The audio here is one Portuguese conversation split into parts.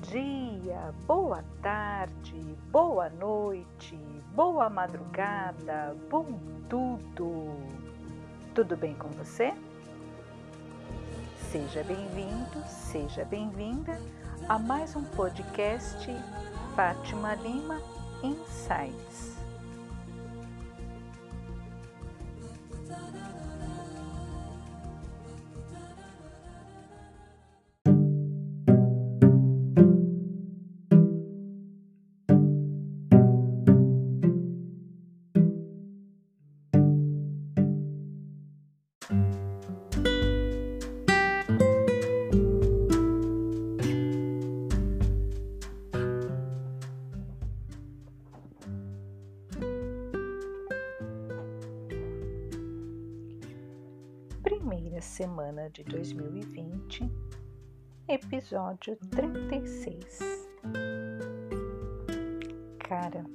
dia, boa tarde, boa noite, boa madrugada, bom tudo! Tudo bem com você? Seja bem-vindo, seja bem-vinda a mais um podcast Fátima Lima Insights. Primeira semana de 2020, episódio 36. Cara,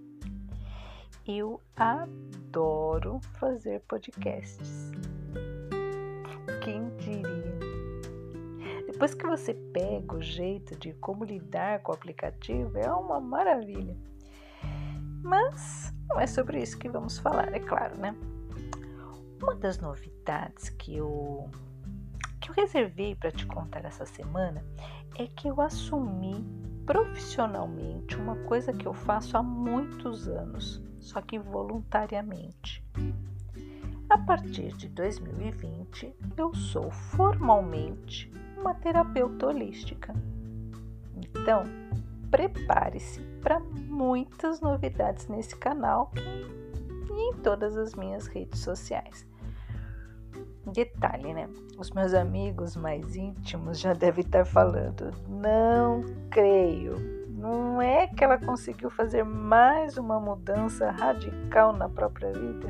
eu adoro fazer podcasts. Quem diria? Depois que você pega o jeito de como lidar com o aplicativo, é uma maravilha. Mas não é sobre isso que vamos falar, é claro, né? Uma das novidades que eu reservei para te contar essa semana é que eu assumi profissionalmente uma coisa que eu faço há muitos anos, só que voluntariamente. A partir de 2020, eu sou formalmente uma terapeuta holística. Então, prepare-se para muitas novidades nesse canal e em todas as minhas redes sociais. Detalhe, né? Os meus amigos mais íntimos já devem estar falando, não creio, não é que ela conseguiu fazer mais uma mudança radical na própria vida?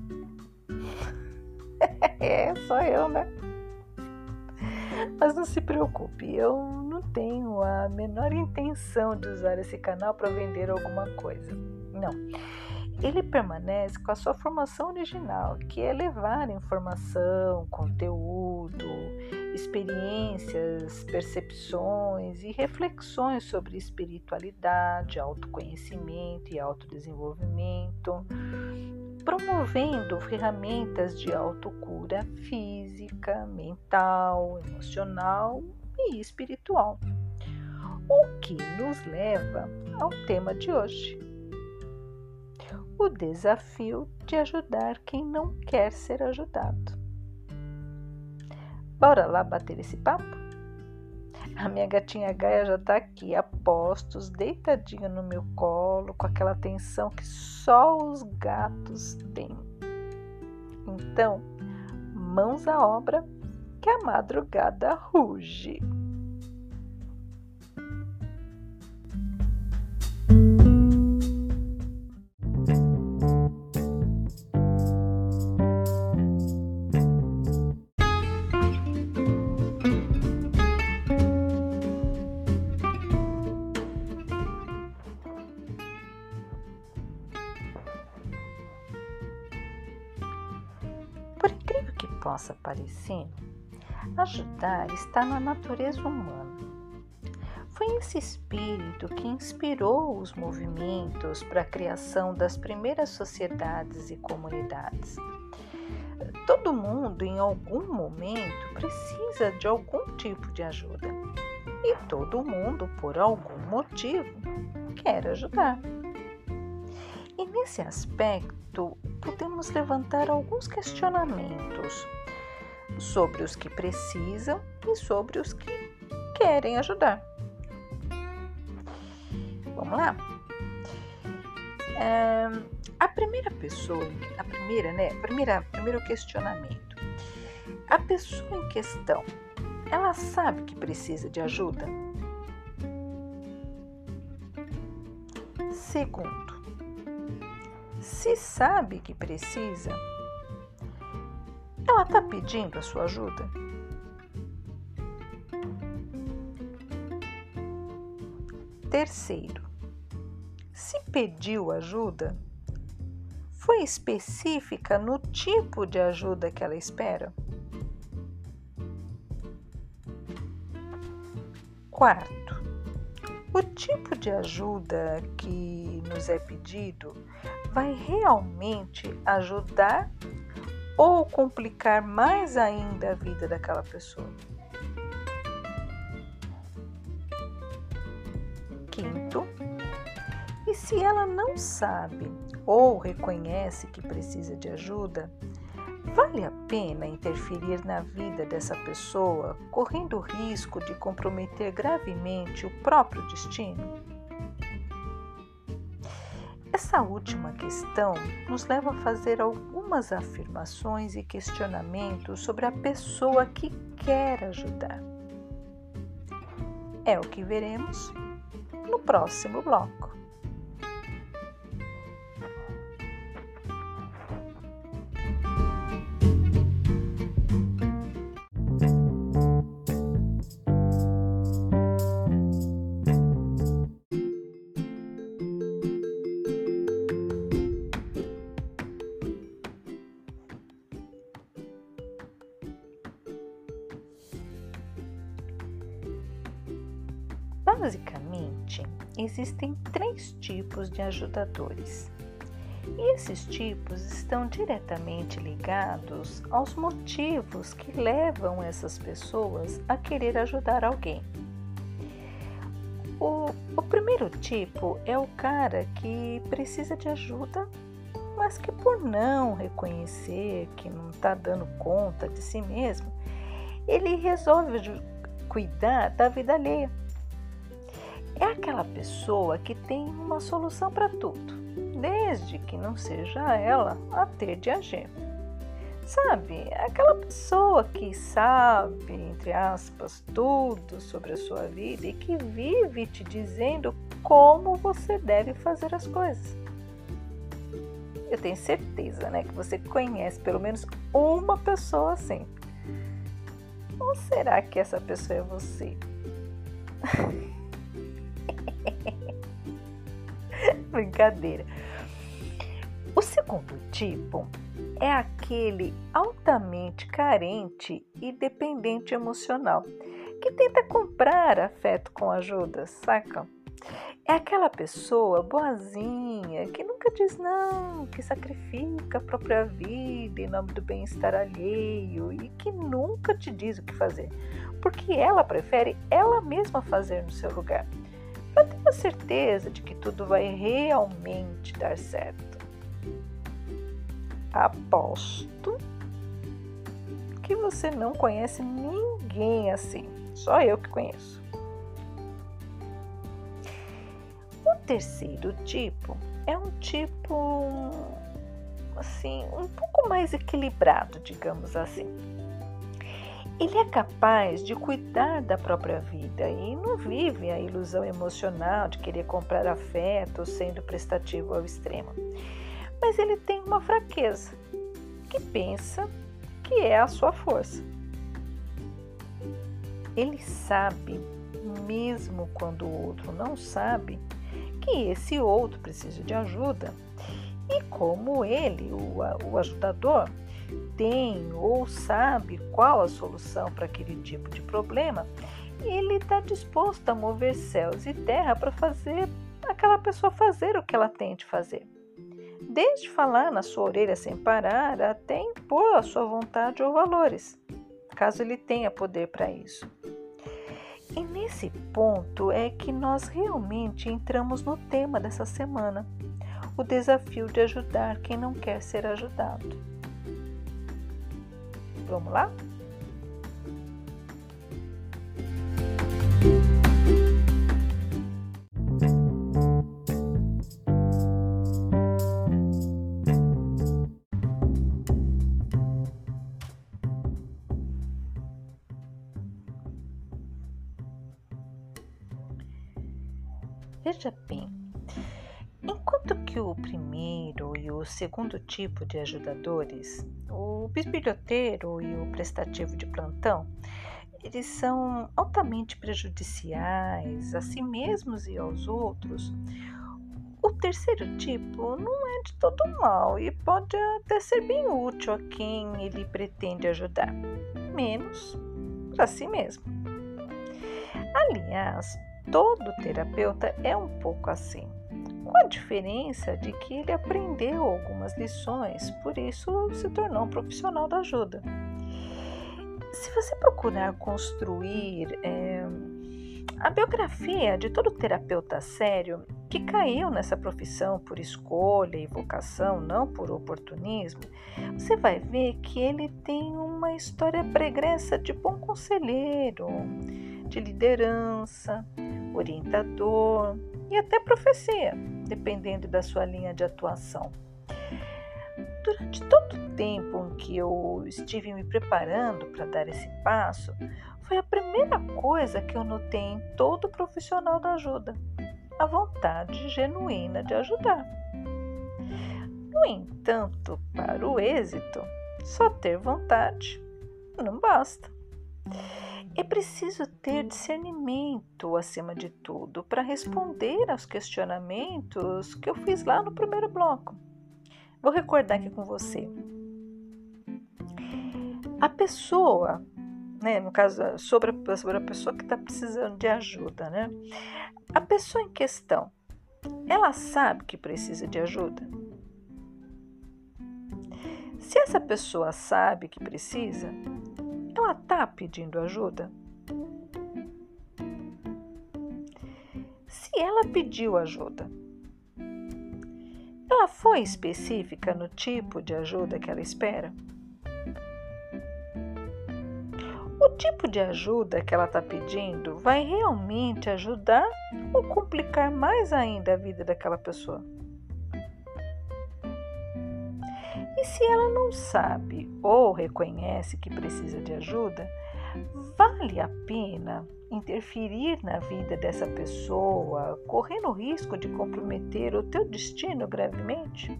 É, só eu, né? Mas não se preocupe, eu não tenho a menor intenção de usar esse canal para vender alguma coisa, não. Ele permanece com a sua formação original, que é levar informação, conteúdo, experiências, percepções e reflexões sobre espiritualidade, autoconhecimento e autodesenvolvimento, promovendo ferramentas de autocura física, mental, emocional e espiritual. O que nos leva ao tema de hoje. O desafio de ajudar quem não quer ser ajudado. Bora lá bater esse papo? A minha gatinha Gaia já tá aqui, a postos, deitadinha no meu colo, com aquela atenção que só os gatos têm. Então, mãos à obra, que a madrugada ruge. Por incrível que possa parecer, ajudar está na natureza humana. Foi esse espírito que inspirou os movimentos para a criação das primeiras sociedades e comunidades. Todo mundo, em algum momento, precisa de algum tipo de ajuda. E todo mundo, por algum motivo, quer ajudar. E nesse aspecto, podemos levantar alguns questionamentos sobre os que precisam e sobre os que querem ajudar. Vamos lá? Primeiro questionamento. A pessoa em questão, ela sabe que precisa de ajuda? Segundo, se sabe que precisa, ela está pedindo a sua ajuda? Terceiro, se pediu ajuda, foi específica no tipo de ajuda que ela espera? Quarto, O tipo de ajuda que nos é pedido vai realmente ajudar ou complicar mais ainda a vida daquela pessoa? Quinto, e se ela não sabe ou reconhece que precisa de ajuda, vale a pena interferir na vida dessa pessoa, correndo o risco de comprometer gravemente o próprio destino? Essa última questão nos leva a fazer algumas afirmações e questionamentos sobre a pessoa que quer ajudar. É o que veremos no próximo bloco. Basicamente, existem 3 tipos de ajudadores, e esses tipos estão diretamente ligados aos motivos que levam essas pessoas a querer ajudar alguém. O primeiro tipo é o cara que precisa de ajuda, mas que por não reconhecer que não está dando conta de si mesmo, ele resolve cuidar da vida alheia. É aquela pessoa que tem uma solução para tudo, desde que não seja ela a ter de agir. Sabe, aquela pessoa que sabe, entre aspas, tudo sobre a sua vida e que vive te dizendo como você deve fazer as coisas. Eu tenho certeza, que você conhece pelo menos uma pessoa assim. Ou será que essa pessoa é você? Brincadeira. O segundo tipo é aquele altamente carente e dependente emocional, que tenta comprar afeto com ajuda, saca? É aquela pessoa boazinha, que nunca diz não, que sacrifica a própria vida em nome do bem-estar alheio e que nunca te diz o que fazer, porque ela prefere ela mesma fazer no seu lugar, para ter a certeza de que tudo vai realmente dar certo. Aposto que você não conhece ninguém assim, só eu que conheço. O terceiro tipo é um tipo, assim, um pouco mais equilibrado, digamos assim. Ele é capaz de cuidar da própria vida e não vive a ilusão emocional de querer comprar afeto sendo prestativo ao extremo. Mas ele tem uma fraqueza, que pensa que é a sua força. Ele sabe, mesmo quando o outro não sabe, que esse outro precisa de ajuda. E como ele, o ajudador, tem ou sabe qual a solução para aquele tipo de problema, ele está disposto a mover céus e terra para fazer aquela pessoa fazer o que ela tem de fazer. Desde falar na sua orelha sem parar até impor a sua vontade ou valores, caso ele tenha poder para isso. E nesse ponto é que nós realmente entramos no tema dessa semana, o desafio de ajudar quem não quer ser ajudado. Vamos lá? Veja bem, enquanto que o primeiro e o segundo tipo de ajudadores, o bisbilhoteiro e o prestativo de plantão, eles são altamente prejudiciais a si mesmos e aos outros, o terceiro tipo não é de todo mal e pode até ser bem útil a quem ele pretende ajudar, menos para si mesmo. Aliás, todo terapeuta é um pouco assim, com a diferença de que ele aprendeu algumas lições, por isso se tornou um profissional da ajuda. Se você procurar construir a biografia de todo terapeuta sério que caiu nessa profissão por escolha e vocação, não por oportunismo, você vai ver que ele tem uma história pregressa de bom conselheiro, de liderança, orientador e até profecia, dependendo da sua linha de atuação. Durante todo o tempo em que eu estive me preparando para dar esse passo, foi a primeira coisa que eu notei em todo profissional da ajuda: a vontade genuína de ajudar. No entanto, para o êxito, só ter vontade não basta. É preciso ter discernimento, acima de tudo, para responder aos questionamentos que eu fiz lá no primeiro bloco. Vou recordar aqui com você. A pessoa, no caso, sobre a pessoa que está precisando de ajuda, a pessoa em questão, ela sabe que precisa de ajuda? Se essa pessoa sabe que precisa, ela está pedindo ajuda? Se ela pediu ajuda, ela foi específica no tipo de ajuda que ela espera? O tipo de ajuda que ela está pedindo vai realmente ajudar ou complicar mais ainda a vida daquela pessoa? E se ela não sabe ou reconhece que precisa de ajuda, vale a pena interferir na vida dessa pessoa, correndo o risco de comprometer o teu destino gravemente?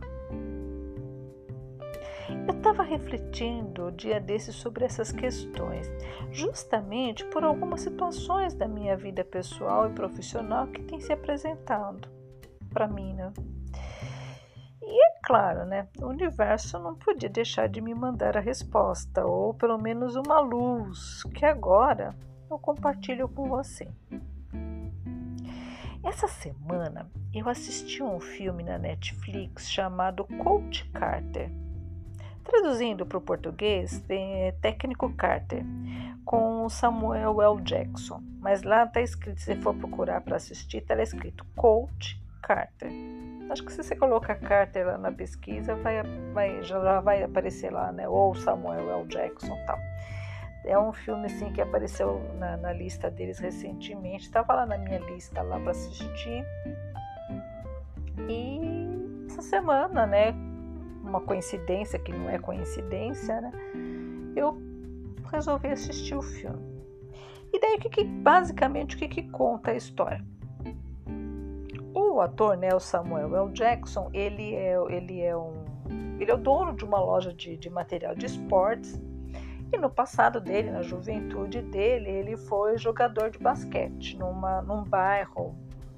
Eu estava refletindo o dia desses sobre essas questões, justamente por algumas situações da minha vida pessoal e profissional que têm se apresentado para mim, E é claro, o universo não podia deixar de me mandar a resposta, ou pelo menos uma luz, que agora eu compartilho com você. Essa semana eu assisti um filme na Netflix chamado Coach Carter. Traduzindo para o português, Técnico Carter, com o Samuel L. Jackson. Mas lá está escrito, se você for procurar para assistir, está escrito Coach Carter. Acho que se você colocar Carter lá na pesquisa, já vai aparecer lá, ou Samuel L. Jackson e tal. É um filme assim que apareceu na lista deles recentemente. Estava lá na minha lista lá para assistir. E essa semana, uma coincidência que não é coincidência, eu resolvi assistir o filme. E daí, basicamente, o que conta a história? O ator, o Samuel L. Jackson, ele é o dono de uma loja de material de esportes. E no passado dele, na juventude dele, ele foi jogador de basquete num bairro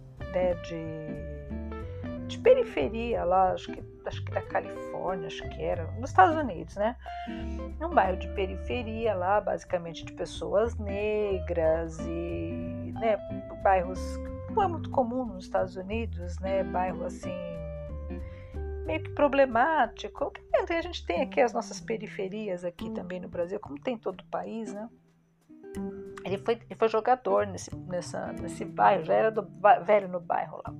de periferia lá, acho que da Califórnia, acho que era, nos Estados Unidos, num bairro de periferia lá, basicamente de pessoas negras e, bairros que não é muito comum nos Estados Unidos, bairro assim, meio que problemático. A gente tem aqui as nossas periferias aqui também no Brasil, como tem em todo o país, Ele foi jogador nesse bairro, já era velho no bairro lá.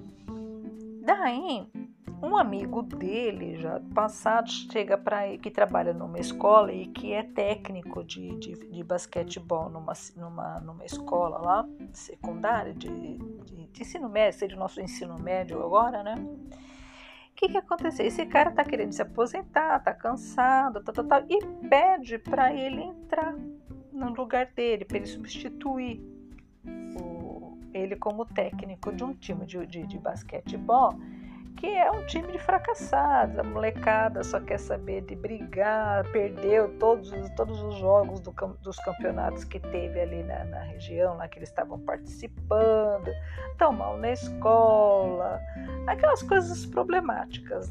Daí, um amigo dele, já do passado, chega que trabalha numa escola e que é técnico de basquetebol numa escola lá, secundária, de ensino médio, seria o nosso ensino médio agora, O que aconteceu? Esse cara tá querendo se aposentar, tá cansado, e pede para ele entrar no lugar dele, para ele substituir ele como técnico de um time de basquetebol, que é um time de fracassados. A molecada só quer saber de brigar, perdeu todos os jogos dos campeonatos que teve ali na região, lá que eles estavam participando, estão mal na escola, aquelas coisas problemáticas,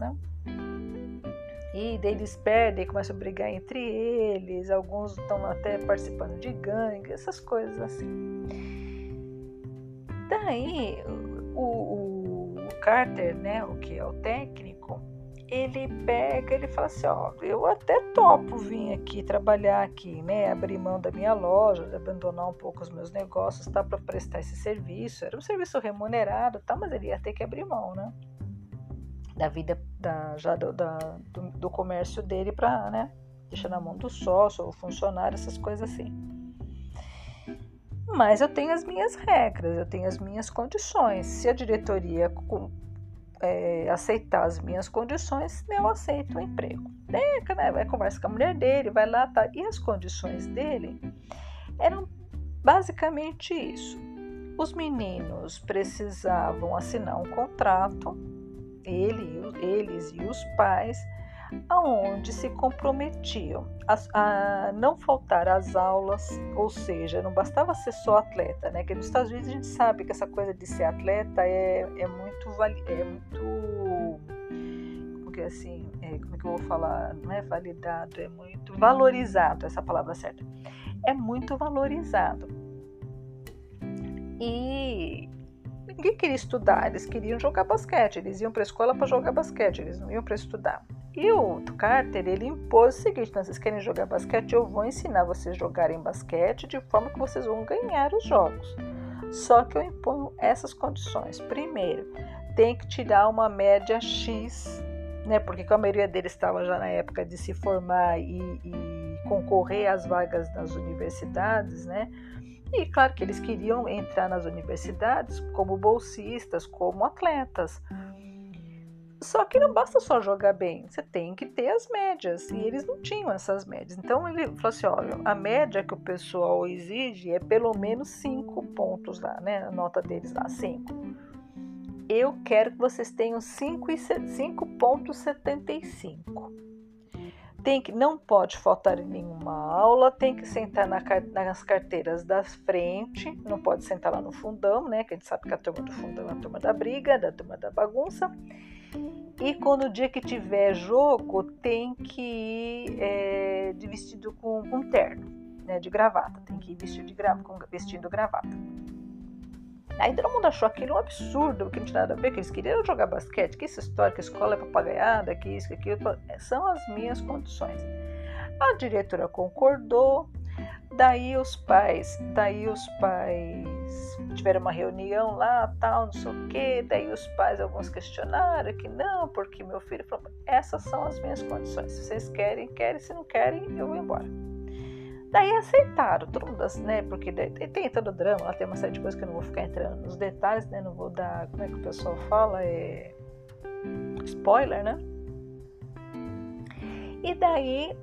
E daí eles perdem, começam a brigar entre eles, alguns estão até participando de gangue, essas coisas assim. Daí o Carter, né, o que é o técnico, ele pega, ele fala assim, ó, eu até topo vir aqui trabalhar aqui, né, abrir mão da minha loja, abandonar um pouco os meus negócios, tá, para prestar esse serviço. Era um serviço remunerado, tá, mas ele ia ter que abrir mão, né, da vida do comércio dele para, né, deixar na mão do sócio ou funcionário, essas coisas assim. Mas eu tenho as minhas regras, eu tenho as minhas condições. Se a diretoria aceitar as minhas condições, eu aceito o emprego. Daí, vai conversar com a mulher dele, vai lá, tá. E as condições dele eram basicamente isso. Os meninos precisavam assinar um contrato, eles e os pais, aonde se comprometiam a não faltar às aulas, ou seja, não bastava ser só atleta, né? Que nos Estados Unidos a gente sabe que essa coisa de ser atleta é muito como que assim, como é que eu vou falar? Não é validado, é muito valorizado, essa palavra certa. É muito valorizado. E ninguém queria estudar, eles queriam jogar basquete, eles iam para a escola para jogar basquete, eles não iam para estudar. E o Carter, ele impôs o seguinte: vocês querem jogar basquete? Eu vou ensinar vocês a jogarem basquete de forma que vocês vão ganhar os jogos. Só que eu imponho essas condições. Primeiro, tem que tirar uma média X, né? Porque a maioria deles estava já na época de se formar e concorrer às vagas nas universidades, né? E claro que eles queriam entrar nas universidades como bolsistas, como atletas. Só que não basta só jogar bem, você tem que ter as médias, e eles não tinham essas médias. Então ele falou assim, olha, a média que o pessoal exige é pelo menos 5 pontos lá, né? A nota deles lá, 5. Eu quero que vocês tenham 5,75. Não pode faltar em nenhuma aula, tem que sentar nas carteiras da frente, não pode sentar lá no fundão, né? Que a gente sabe que a turma do fundão é a turma da briga, da turma da bagunça. E quando o dia que tiver jogo, tem que ir de vestido com terno, né, de gravata. Tem que ir vestindo gravata. Aí todo mundo achou aquilo um absurdo, que não tinha nada a ver, que eles queriam jogar basquete, que essa história, que a escola é papagaiada, que isso, que aquilo. São as minhas condições. A diretora concordou. Daí os pais tiveram uma reunião lá, tal, não sei o quê. Daí os pais, alguns questionaram que não, porque meu filho falou, essas são as minhas condições. Se vocês querem, se não querem, eu vou embora. Daí aceitaram, todo mundo, né? Porque tem todo o drama, lá tem uma série de coisas que eu não vou ficar entrando nos detalhes, né? Não vou dar, como é que o pessoal fala, spoiler, né? E daí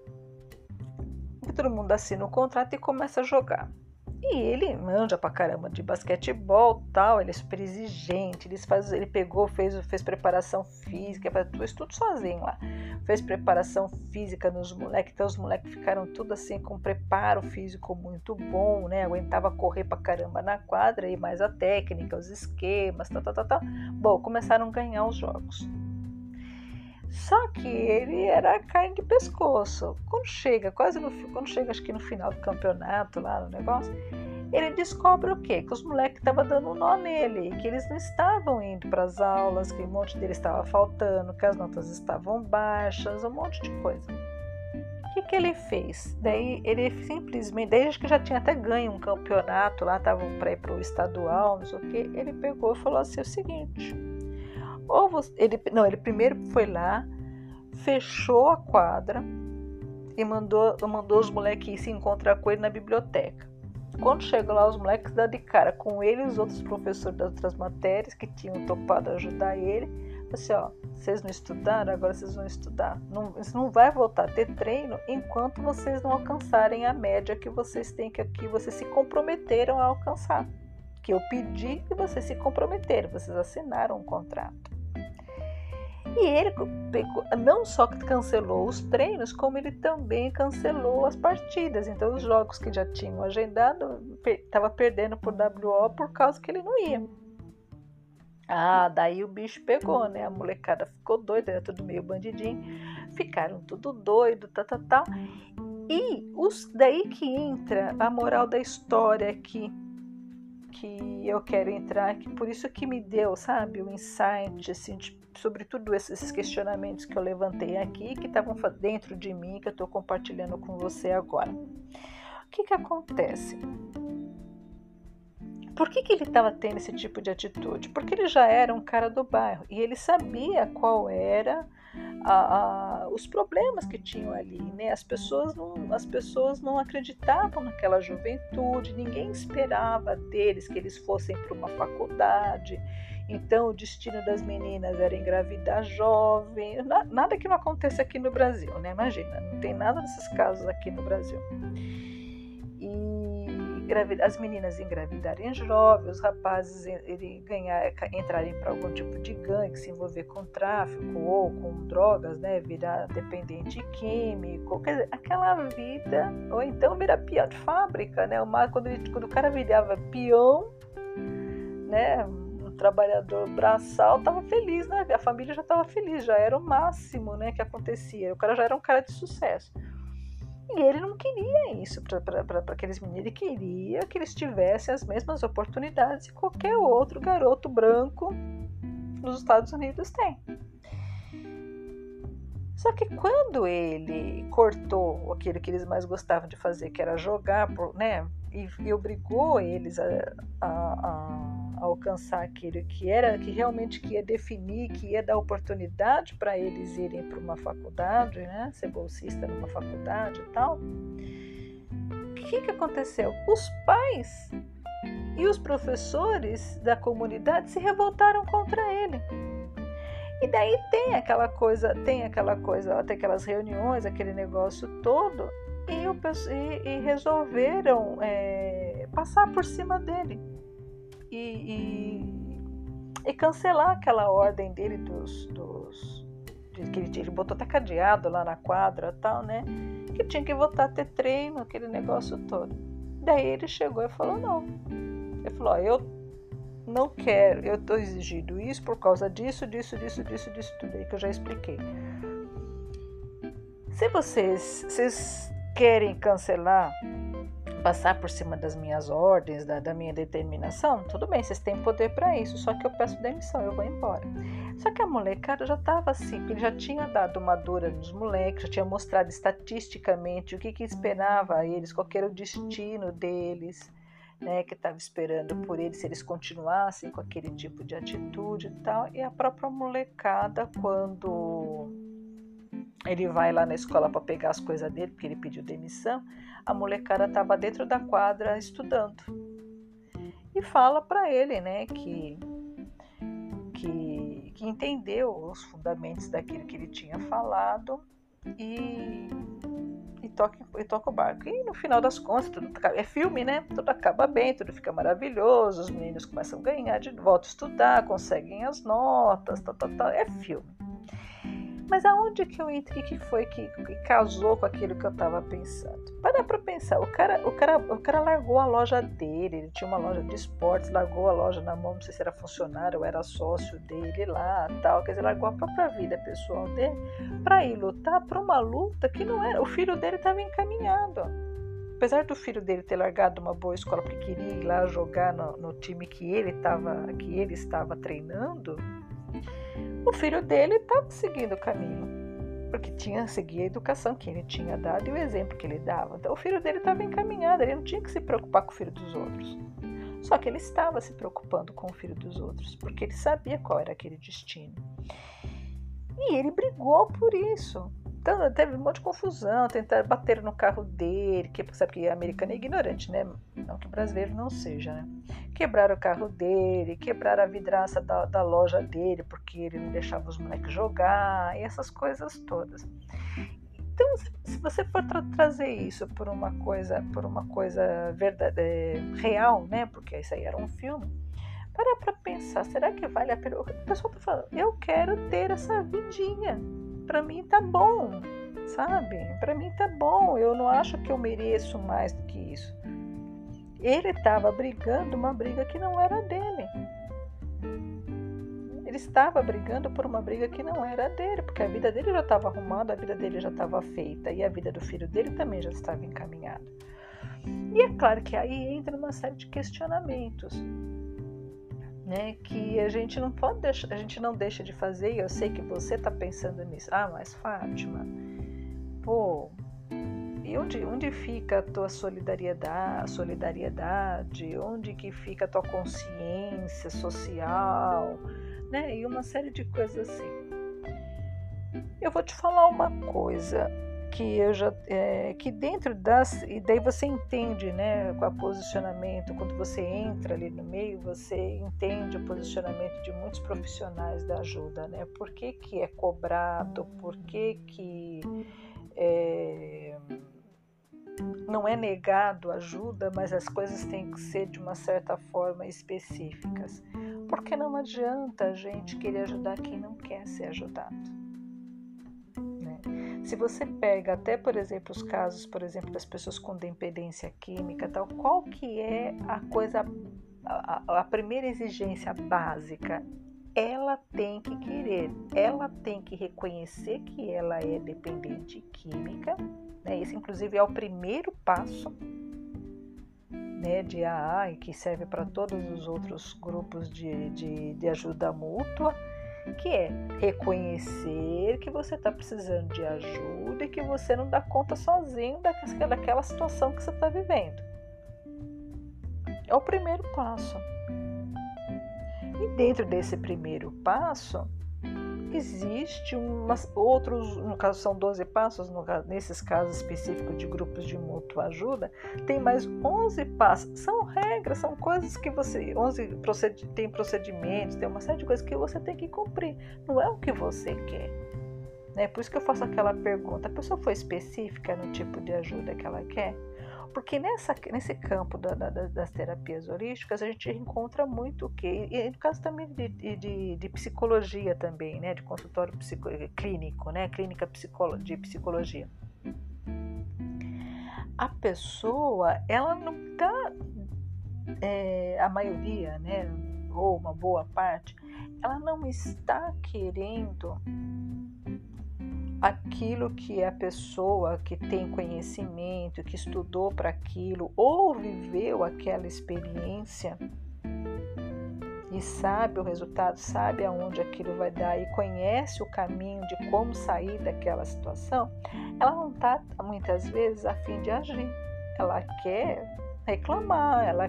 todo mundo assina o contrato e começa a jogar. E ele manja pra caramba de basquetebol, tal, ele é super exigente, ele pegou, fez preparação física, fez tudo sozinho lá. Fez preparação física nos moleques, então os moleques ficaram tudo assim com preparo físico muito bom, né? Aguentava correr pra caramba na quadra, e mais a técnica, os esquemas, tal. Bom, começaram a ganhar os jogos. Só que ele era carne de pescoço. Quando chega acho que no final do campeonato, lá no negócio, ele descobre o quê? Que os moleques estavam dando um nó nele, que eles não estavam indo para as aulas, que um monte deles estava faltando, que as notas estavam baixas, um monte de coisa. O que ele fez? Daí ele simplesmente, daí acho que já tinha até ganho um campeonato lá, estavam para ir para o estadual, não sei o quê. Ele pegou e falou assim, o seguinte... Ele primeiro foi lá, fechou a quadra e mandou os moleques se encontrar com ele na biblioteca. Quando chegou lá, os moleques dão de cara com ele e os outros professores das outras matérias que tinham topado ajudar ele. Assim, ó, vocês não estudaram, agora vocês vão estudar. Você não vai voltar a ter treino enquanto vocês não alcançarem a média que vocês têm, que vocês se comprometeram a alcançar. Que eu pedi e vocês se comprometeram, vocês assinaram um contrato. E ele não só cancelou os treinos, como ele também cancelou as partidas. Então os jogos que já tinham agendado, estava perdendo por WO por causa que ele não ia. Daí o bicho pegou, né? A molecada ficou doida, era tudo meio bandidinho. Ficaram tudo doido, tal. E daí que entra a moral da história aqui, que eu quero entrar, que por isso que me deu, sabe, o insight, assim, sobre tudo esses questionamentos que eu levantei aqui, que estavam dentro de mim, que eu estou compartilhando com você agora. O que acontece? Por que ele estava tendo esse tipo de atitude? Porque ele já era um cara do bairro e ele sabia qual era os problemas que tinham ali, né? As pessoas não acreditavam naquela juventude, ninguém esperava deles que eles fossem para uma faculdade. Então o destino das meninas era engravidar jovem, nada que não aconteça aqui no Brasil, né? Imagina, não tem nada desses casos aqui no Brasil. As meninas engravidarem jovens, os rapazes entrarem para algum tipo de gangue, se envolver com tráfico ou com drogas, né, virar dependente químico, quer dizer, aquela vida, ou então virar peão de fábrica, né, quando o cara virava peão, né, um trabalhador braçal, estava feliz, né, a família já estava feliz, já era o máximo, né, que acontecia, o cara já era um cara de sucesso. E ele não queria isso para aqueles meninos, ele queria que eles tivessem as mesmas oportunidades que qualquer outro garoto branco nos Estados Unidos tem. Só que quando ele cortou aquilo que eles mais gostavam de fazer, que era jogar, né, e obrigou eles a alcançar aquilo que realmente ia definir, que ia dar oportunidade para eles irem para uma faculdade, né, ser bolsista numa faculdade e tal, o que aconteceu? Os pais e os professores da comunidade se revoltaram contra ele. E daí tem aquelas reuniões, aquele negócio todo, e resolveram passar por cima dele e cancelar aquela ordem dele que ele botou até cadeado lá na quadra e tal, né? Que tinha que voltar a ter treino, aquele negócio todo. Daí ele chegou e falou não. Ele falou, eu não quero, eu estou exigindo isso por causa disso, tudo aí que eu já expliquei. Se vocês querem cancelar, passar por cima das minhas ordens, da minha determinação, tudo bem, vocês têm poder para isso, só que eu peço demissão, eu vou embora. Só que a molecada já estava assim, ele já tinha dado uma dura nos moleques, já tinha mostrado estatisticamente o que esperava a eles, qual era o destino deles, né, que estava esperando por eles, se eles continuassem com aquele tipo de atitude e tal. E a própria molecada, quando ele vai lá na escola para pegar as coisas dele, porque ele pediu demissão, a molecada estava dentro da quadra estudando. E fala para ele, né, que entendeu os fundamentos daquilo que ele tinha falado e toca o barco. E no final das contas, é filme, né? Tudo acaba bem, tudo fica maravilhoso, os meninos começam a ganhar de volta a estudar, conseguem as notas, é filme. Mas aonde que eu entrei, que foi que casou com aquilo que eu estava pensando? Para pensar, o cara largou a loja dele, ele tinha uma loja de esportes, largou a loja na mão, não sei se era funcionário ou era sócio dele lá, tal, quer dizer, largou a própria vida pessoal dele para ir lutar por uma luta que não era, o filho dele estava encaminhado. Apesar do filho dele ter largado uma boa escola porque queria ir lá jogar no time que ele estava treinando, o filho dele estava seguindo o caminho, porque tinha seguido a educação que ele tinha dado e o exemplo que ele dava. Então o filho dele estava encaminhado, ele não tinha que se preocupar com o filho dos outros. Só que ele estava se preocupando com o filho dos outros, porque ele sabia qual era aquele destino. E ele brigou por isso. Então teve um monte de confusão, tentaram bater no carro dele, que sabe que americano é ignorante, né? Não que brasileiro não seja, né? Quebraram o carro dele, quebraram a vidraça da loja dele, porque ele não deixava os moleques jogar, e essas coisas todas. Então, se você for trazer isso por uma coisa real, né? Porque isso aí era um filme, para pensar, será que vale a pena? O pessoal tá falando, eu quero ter essa vidinha. Pra mim tá bom, sabe? Pra mim tá bom, eu não acho que eu mereço mais do que isso. Ele estava brigando uma briga que não era dele. Ele estava brigando por uma briga que não era dele, porque a vida dele já estava arrumada, a vida dele já estava feita e a vida do filho dele também já estava encaminhada. E é claro que aí entra uma série de questionamentos, né, que a gente não pode deixar, a gente não deixa de fazer. E eu sei que você está pensando nisso. Mas Fátima, pô, e onde fica a tua solidariedade? Onde que fica a tua consciência social, né? E uma série de coisas assim. Eu vou te falar uma coisa que que dentro e daí você entende, né, com o posicionamento, quando você entra ali no meio, você entende o posicionamento de muitos profissionais da ajuda, né? Por que que é cobrado? Por que que não é negado ajuda, mas as coisas têm que ser de uma certa forma específicas? Porque não adianta a gente querer ajudar quem não quer ser ajudado. Se você pega até, por exemplo, os casos, por exemplo, das pessoas com dependência química, tal, qual que é a coisa, a primeira exigência básica? Ela tem que querer, ela tem que reconhecer que ela é dependente química, né? Esse, inclusive, é o primeiro passo, né, de AA, e que serve para todos os outros grupos de ajuda mútua, que é reconhecer que você está precisando de ajuda e que você não dá conta sozinho daquela situação que você está vivendo. É o primeiro passo. E dentro desse primeiro passo, existe outros, no caso são 12 passos, nesses casos específicos de grupos de mútua ajuda, tem mais 11 passos. São regras, são coisas que tem procedimentos, tem uma série de coisas que você tem que cumprir. Não é o que você quer. Né? Por isso que eu faço aquela pergunta: a pessoa foi específica no tipo de ajuda que ela quer? Porque nesse campo das terapias holísticas a gente encontra muito o quê? E no caso também de psicologia também, né? De consultório clínico, né? Clínica de psicologia. A pessoa, ela não está, a maioria, né? Ou uma boa parte, ela não está querendo aquilo que a pessoa que tem conhecimento, que estudou para aquilo ou viveu aquela experiência e sabe o resultado, sabe aonde aquilo vai dar e conhece o caminho de como sair daquela situação, ela não está muitas vezes a fim de agir. Ela quer reclamar, ela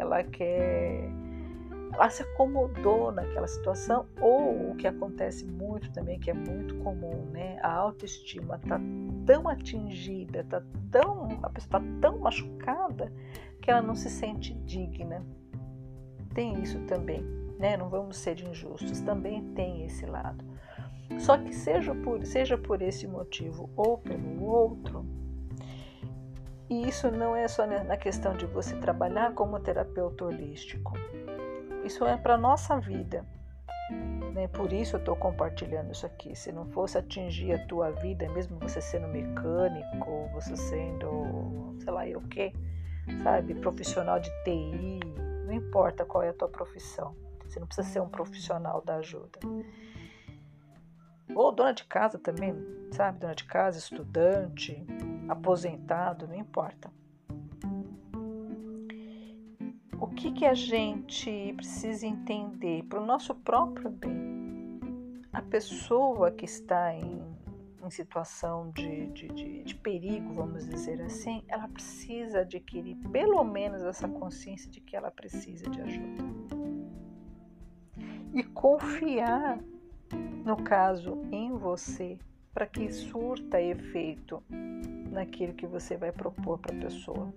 se acomodou naquela situação, ou o que acontece muito também, que é muito comum, né? A autoestima está tão atingida, a pessoa está tão machucada que ela não se sente digna. Tem isso também, né? Não vamos ser injustos, também tem esse lado. Só que seja por esse motivo ou pelo outro, e isso não é só na questão de você trabalhar como terapeuta holístico. Isso é para a nossa vida, né? Por isso eu estou compartilhando isso aqui. Se não fosse atingir a tua vida, mesmo você sendo mecânico, você sendo, sei lá eu o quê, sabe, profissional de TI, não importa qual é a tua profissão. Você não precisa ser um profissional da ajuda. Ou dona de casa também, sabe, dona de casa, estudante, aposentado, não importa. O que a gente precisa entender para o nosso próprio bem? A pessoa que está em situação de perigo, vamos dizer assim, ela precisa adquirir pelo menos essa consciência de que ela precisa de ajuda. E confiar, no caso, em você, para que surta efeito naquilo que você vai propor para a pessoa.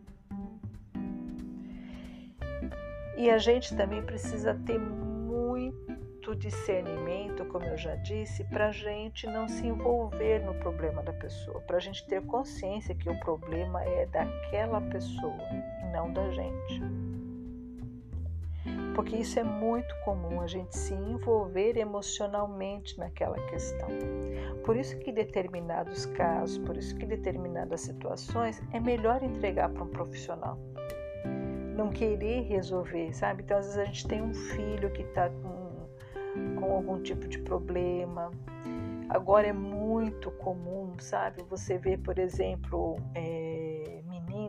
E a gente também precisa ter muito discernimento, como eu já disse, para a gente não se envolver no problema da pessoa, para a gente ter consciência que o problema é daquela pessoa e não da gente. Porque isso é muito comum, a gente se envolver emocionalmente naquela questão. Por isso que em determinados casos, por isso que em determinadas situações, é melhor entregar para um profissional. Não querer resolver, sabe? Então, às vezes a gente tem um filho que está com algum tipo de problema. Agora é muito comum, sabe? Você vê, por exemplo,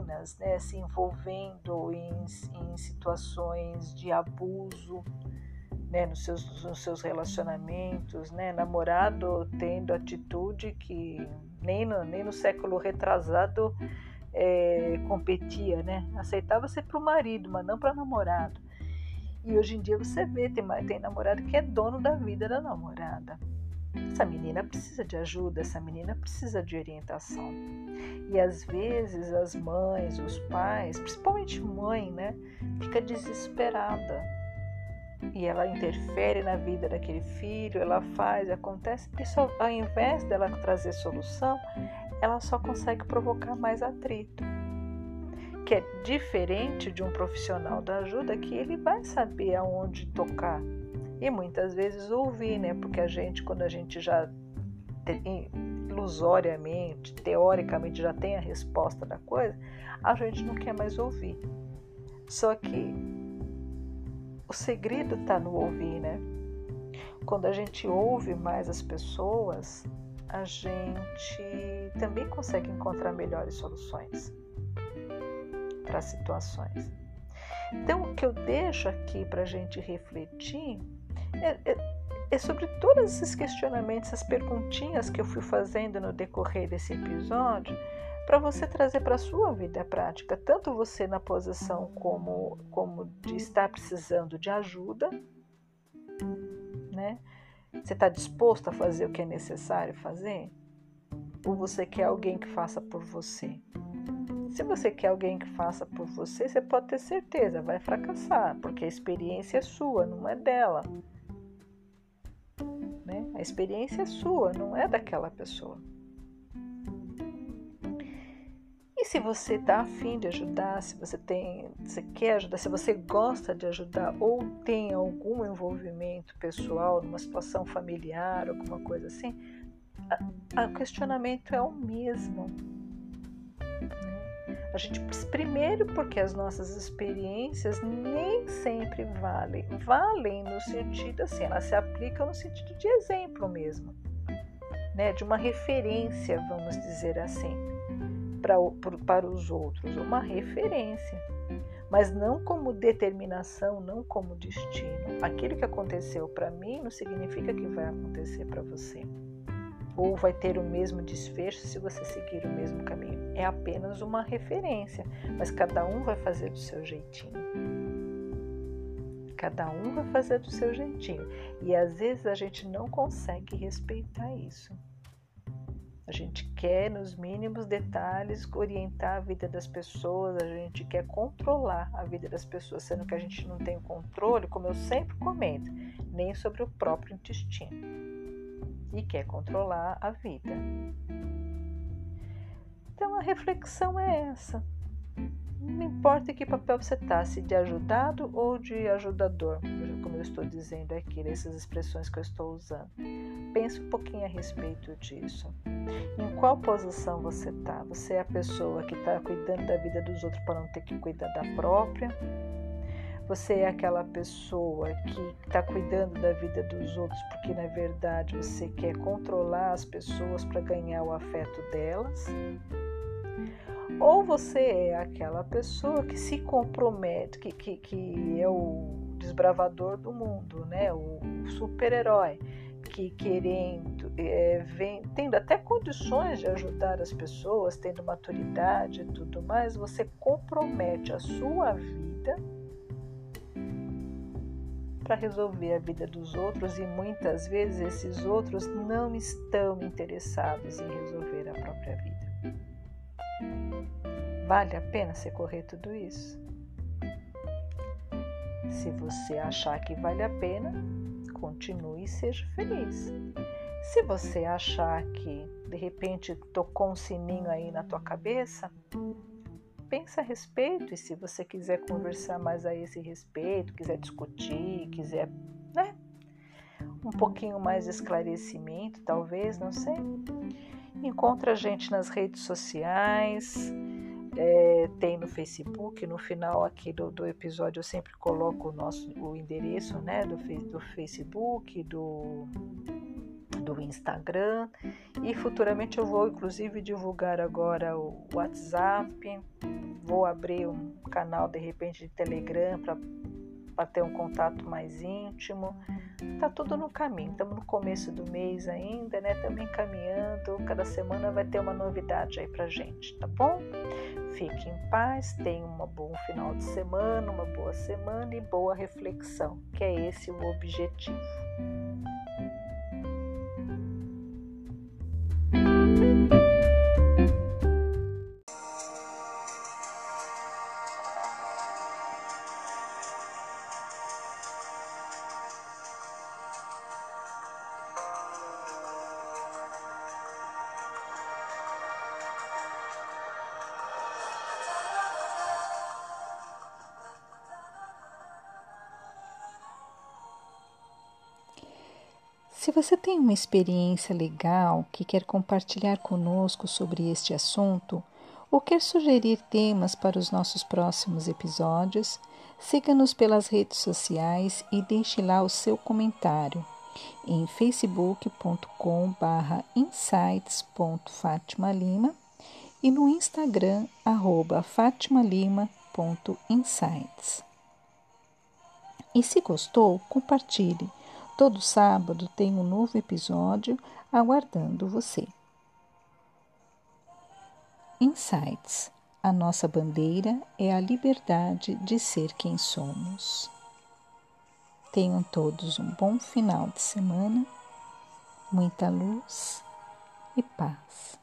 meninas, né, se envolvendo em situações de abuso, né, nos seus relacionamentos, né, namorado tendo atitude que nem no século retrasado competia, né, aceitava ser para o marido, mas não para namorado. E hoje em dia você vê, tem namorado que é dono da vida da namorada. Essa menina precisa de ajuda, essa menina precisa de orientação. E às vezes as mães, os pais, principalmente mãe, né, fica desesperada. E ela interfere na vida daquele filho, ela faz, acontece. E só, ao invés dela trazer solução, ela só consegue provocar mais atrito. Que é diferente de um profissional da ajuda, que ele vai saber aonde tocar. E muitas vezes ouvir, né? Porque a gente, quando a gente já ilusoriamente, teoricamente já tem a resposta da coisa, a gente não quer mais ouvir. Só que o segredo está no ouvir, né? Quando a gente ouve mais as pessoas, a gente também consegue encontrar melhores soluções para as situações. Então, o que eu deixo aqui para a gente refletir é sobre todos esses questionamentos, essas perguntinhas que eu fui fazendo no decorrer desse episódio, para você trazer para a sua vida prática, tanto você na posição como de estar precisando de ajuda, né? Você está disposto a fazer o que é necessário fazer? Ou você quer alguém que faça por você? Se você quer alguém que faça por você, você pode ter certeza, vai fracassar, porque a experiência é sua, não é dela. Né? A experiência é sua, não é daquela pessoa. E se você está afim de ajudar, se você quer ajudar, se você gosta de ajudar ou tem algum envolvimento pessoal numa situação familiar, alguma coisa assim, o questionamento é o mesmo. A gente, primeiro porque as nossas experiências nem sempre valem no sentido assim, elas se aplicam no sentido de exemplo mesmo, né? De uma referência, vamos dizer assim, para os outros, uma referência, mas não como determinação, não como destino. Aquilo que aconteceu para mim não significa que vai acontecer para você, ou vai ter o mesmo desfecho se você seguir o mesmo caminho. É apenas uma referência, mas cada um vai fazer do seu jeitinho. Cada um vai fazer do seu jeitinho. E às vezes a gente não consegue respeitar isso. A gente quer, nos mínimos detalhes, orientar a vida das pessoas, a gente quer controlar a vida das pessoas, sendo que a gente não tem o controle, como eu sempre comento, nem sobre o próprio intestino. E quer controlar a vida. Então a reflexão é essa. Não importa em que papel você está, se de ajudado ou de ajudador, como eu estou dizendo aqui, nessas expressões que eu estou usando. Pense um pouquinho a respeito disso. Em qual posição você está? Você é a pessoa que está cuidando da vida dos outros para não ter que cuidar da própria? Você é aquela pessoa que está cuidando da vida dos outros porque, na verdade, você quer controlar as pessoas para ganhar o afeto delas? Ou você é aquela pessoa que se compromete, que é o desbravador do mundo, né? O super-herói, que tendo até condições de ajudar as pessoas, tendo maturidade e tudo mais, você compromete a sua vida para resolver a vida dos outros, e muitas vezes esses outros não estão interessados em resolver a própria vida. Vale a pena você correr tudo isso? Se você achar que vale a pena, continue e seja feliz. Se você achar que de repente tocou um sininho aí na tua cabeça, pensa a respeito, e se você quiser conversar mais a esse respeito, quiser discutir, quiser, né, um pouquinho mais de esclarecimento, talvez, não sei, encontra a gente nas redes sociais, tem no Facebook. No final aqui do episódio eu sempre coloco o endereço, né, do Facebook, do Instagram, e futuramente eu vou inclusive divulgar agora o WhatsApp, vou abrir um canal de repente de Telegram para ter um contato mais íntimo. Tá tudo no caminho, estamos no começo do mês ainda, né? Estamos encaminhando, cada semana vai ter uma novidade aí pra gente, tá bom? Fique em paz, tenha um bom final de semana, uma boa semana e boa reflexão, que é esse o objetivo. Se você tem uma experiência legal que quer compartilhar conosco sobre este assunto ou quer sugerir temas para os nossos próximos episódios, siga-nos pelas redes sociais e deixe lá o seu comentário em facebook.com/insights.fatimalima e no Instagram @fatimalima.insights. E se gostou, compartilhe. Todo sábado tem um novo episódio aguardando você. Insights. A nossa bandeira é a liberdade de ser quem somos. Tenham todos um bom final de semana, muita luz e paz.